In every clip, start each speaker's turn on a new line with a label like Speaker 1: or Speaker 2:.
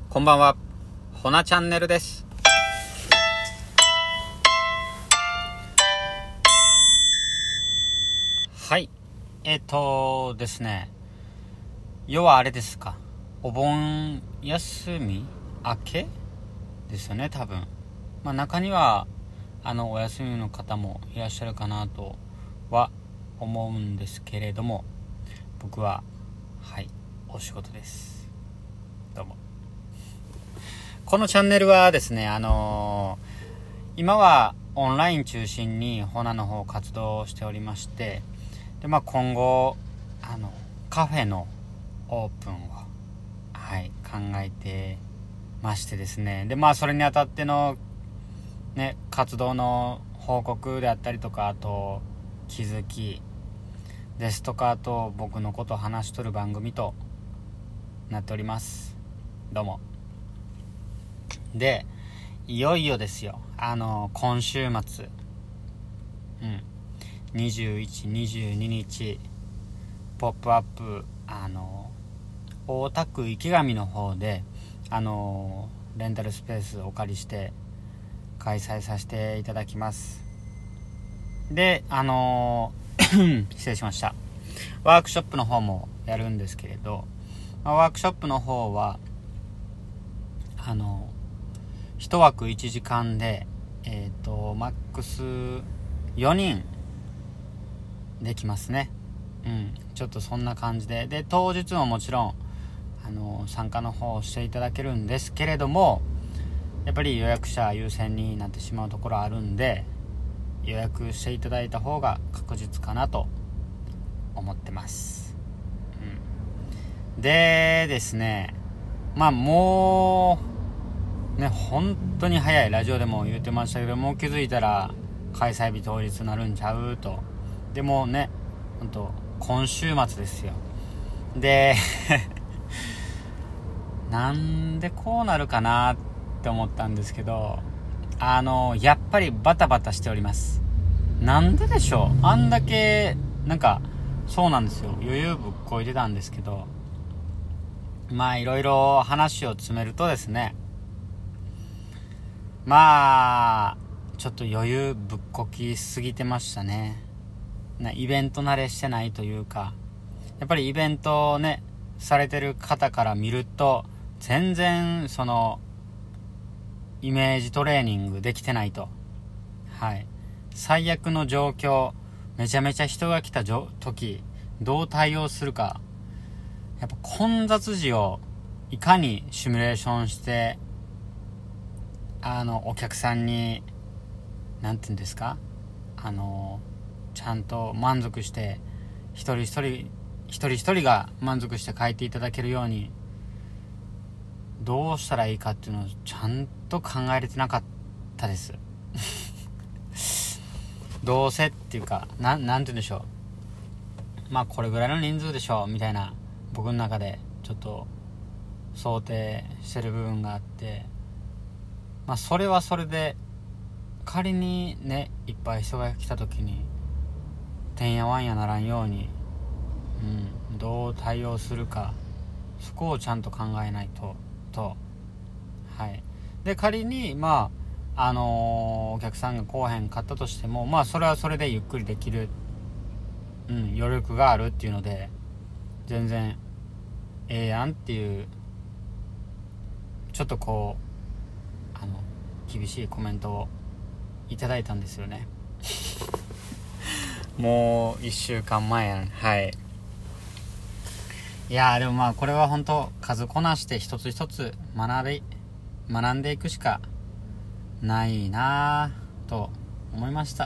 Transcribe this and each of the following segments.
Speaker 1: こんばんは、ほなチャンネルです。はい、ですね、要はあれですか、お盆休み明けですよね、多分。中にはお休みの方もいらっしゃるかなとは思うんですけれども、僕はお仕事です。どうも。このチャンネルはですね、今はオンライン中心にホナの方活動しておりまして、で今後カフェのオープンを考えてましてですね、でそれにあたっての活動の報告であったりとか、あと気づきですとか、あと僕のことを話しとる番組となっております。どうも。で、いよいよですよ、今週末、21、22日ポップアップ大田区池上の方でレンタルスペースをお借りして開催させていただきます。で失礼しました。ワークショップの方もやるんですけれど、ワークショップの方は1枠1時間でマックス4人できますね。ちょっとそんな感じで、当日ももちろん参加の方をしていただけるんですけれども、やっぱり予約者優先になってしまうところあるんで、予約していただいた方が確実かなと思ってます。でですね、もうね、本当に早い、ラジオでも言ってましたけど、もう気づいたら開催日当日になるんちゃうと。でもね、本当今週末ですよ。でなんでこうなるかなって思ったんですけど、やっぱりバタバタしております。なんででしょう。あんだけそうなんですよ、余裕ぶっこいてたんですけど、いろいろ話を詰めるとですね、ちょっと余裕ぶっこきすぎてましたね。イベント慣れしてないというか、やっぱりイベントをねされてる方から見ると、全然そのイメージトレーニングできてないと。最悪の状況、めちゃめちゃ人が来た時どう対応するか、やっぱ混雑時をいかにシミュレーションしてお客さんになんていうんですか、ちゃんと満足して一人一人が満足して帰っていただけるようにどうしたらいいかっていうのをちゃんと考えれてなかったですどうせっていうか、なんて言うんでしょう、これぐらいの人数でしょうみたいな、僕の中でちょっと想定してる部分があって、それはそれで仮にねいっぱい人が来た時にてんやわんやならんように、どう対応するか、そこをちゃんと考えないとで、仮にお客さんが来おへんかったとしても、それはそれでゆっくりできる、余力があるっていうので、全然ええやんっていう、ちょっと厳しいコメントをいただいたんですよねもう1週間前やん。いやでもこれは本当数こなして一つ一つ学んでいくしかないなと思いました。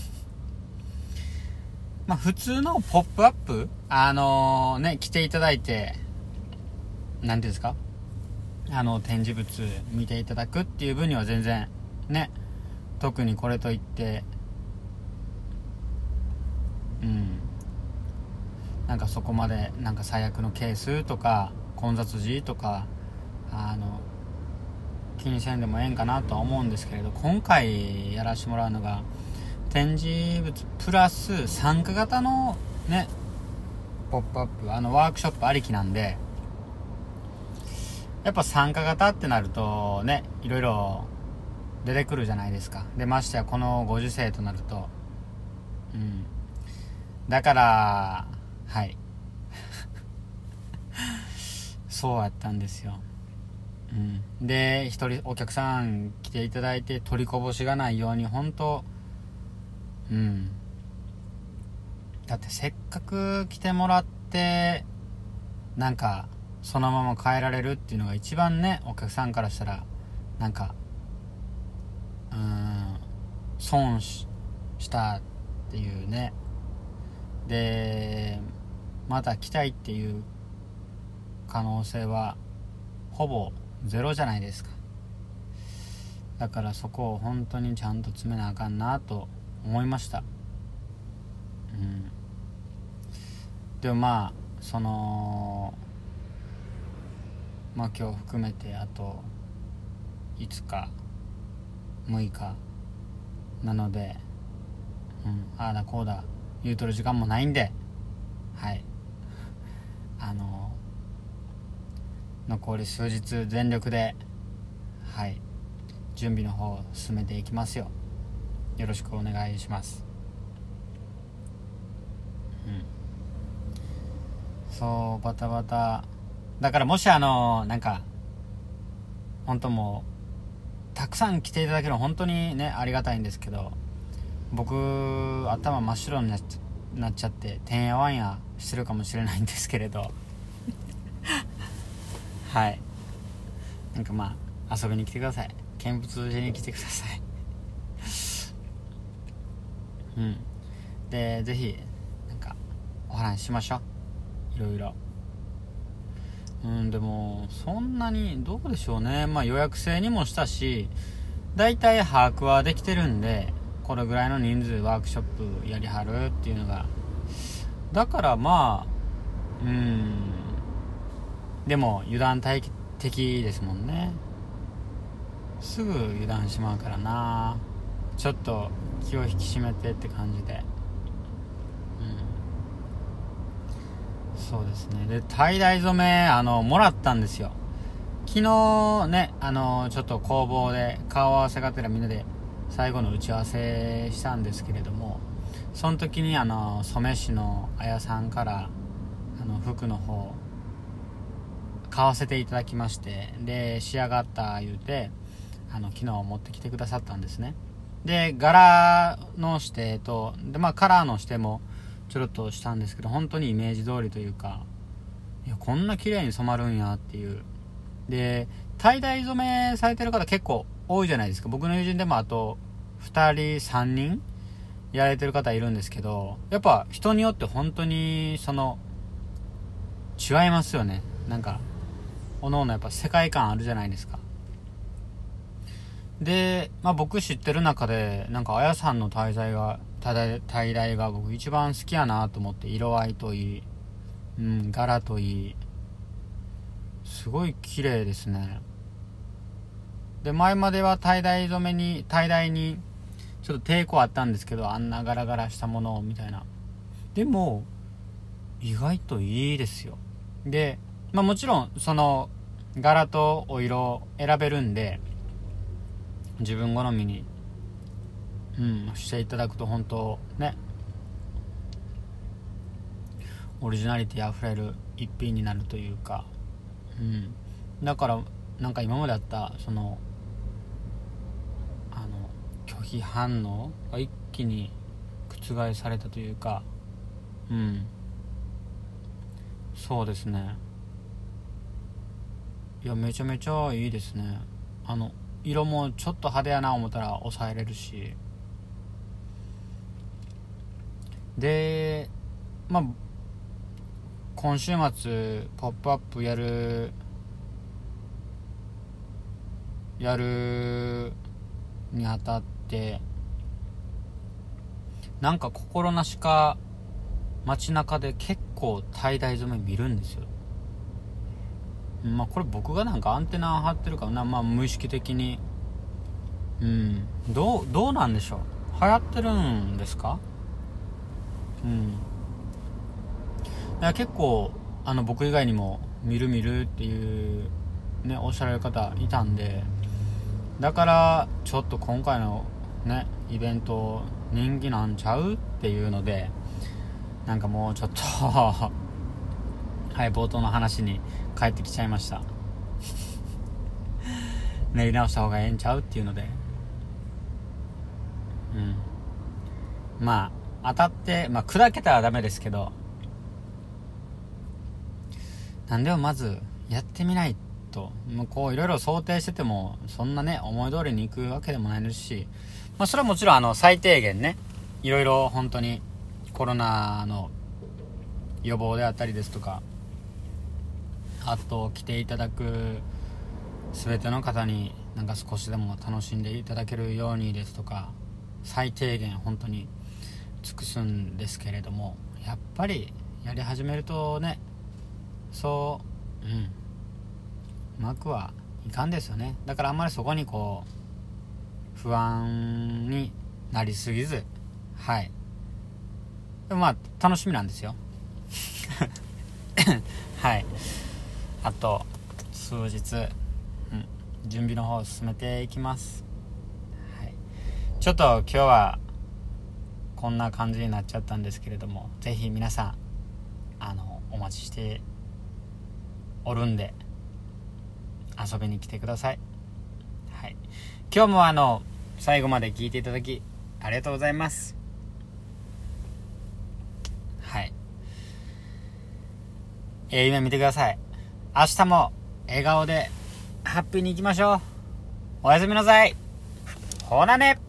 Speaker 1: 普通のポップアップ来ていただいて、なんていうんですか、展示物見ていただくっていう分には全然ね、特にこれといってそこまで最悪のケースとか混雑時とか気にせんでもええんかなとは思うんですけれど、今回やらせてもらうのが展示物プラス参加型のねポップアップ、ワークショップありきなんで、 やっぱ参加型ってなるとね、いろいろ出てくるじゃないですか。でましてやこのご時世となると、だからはいそうやったんですよ。で一人お客さん来ていただいて、取りこぼしがないように本当だってせっかく来てもらってなんかそのまま帰られるっていうのが一番ね、お客さんからしたらなんか損したっていうね。でまた来たいっていう可能性はほぼゼロじゃないですか。だからそこを本当にちゃんと詰めなあかんなと思いました。でもまあその今日含めてあと5日6日なので、ああだこうだ言うとる時間もないんで、はい残り数日全力で準備の方を進めていきますよ。よろしくお願いします。そうバタバタだから、もしなんか本当もうたくさん来ていただけるの本当にねありがたいんですけど、僕頭真っ白になっちゃっててんやわんやしてるかもしれないんですけれどはいなんかまあ遊びに来てください。見物しに来てくださいでぜひなんかお話ししましょう、いろいろ。でもそんなにどうでしょうね。予約制にもしたし、だいたい把握はできてるんで、これぐらいの人数ワークショップやりはるっていうのが、だからでも油断大敵ですもんね。すぐ油断しまうからな。ちょっと気を引き締めてって感じで。そうですね。でタイダイ染めもらったんですよ。昨日ねちょっと工房で顔合わせがてらみんなで最後の打ち合わせしたんですけれども、その時に染め師のあやさんから服の方買わせていただきまして、で仕上がった言うて昨日持ってきてくださったんですね。で柄の指定とでカラーの指定もちょろっとしたんですけど、本当にイメージ通りというか、いやこんな綺麗に染まるんやっていう。でタイダイ染めされてる方結構多いじゃないですか。僕の友人でもあと2人3人やられてる方いるんですけど、やっぱ人によって本当に違いますよね。なんかおのおのやっぱ世界観あるじゃないですか。で、僕知ってる中でなんかあやさんの滞在がタイダイが僕一番好きやなと思って、色合いといい、柄といいすごい綺麗ですね。で前まではタイダイにちょっと抵抗あったんですけど、あんなガラガラしたものをみたいな。でも意外といいですよ。でもちろんその柄とお色を選べるんで、自分好みにしていただくと本当ねオリジナリティあふれる一品になるというか、だからなんか今まであった拒否反応が一気に覆されたというか、そうですね。いやめちゃめちゃいいですね。色もちょっと派手やな思ったら抑えれるし、で今週末ポップアップやるにあたってなんか心なしか街中で結構タイダイ染め見るんですよ。これ僕がなんかアンテナ張ってるかな、無意識的にどうなんでしょう。流行ってるんですか。いや結構僕以外にも見るっていうねおっしゃられる方いたんで、だからちょっと今回のねイベント人気なんちゃうっていうので、なんかもうちょっとはい冒頭の話に帰ってきちゃいました練り直した方がええんちゃうっていうので、まあ当たって、砕けたらダメですけど、なんでもまずやってみないと、もうこういろいろ想定しててもそんなね思い通りにいくわけでもないですし、それはもちろん最低限ね、いろいろ本当にコロナの予防であったりですとか、あと来ていただく全ての方になんか少しでも楽しんでいただけるようにですとか、最低限本当に尽くすんですけれども、やっぱりやり始めるとね、そううまくはいかんですよね。だからあんまりそこにこう不安になりすぎず、はいでも楽しみなんですよはいあと数日、準備の方を進めていきます。ちょっと今日はこんな感じになっちゃったんですけれども、ぜひ皆さんお待ちしておるんで遊びに来てください。今日も最後まで聞いていただきありがとうございます。夢見てください。明日も笑顔でハッピーに行きましょう。おやすみなさい。ほなね。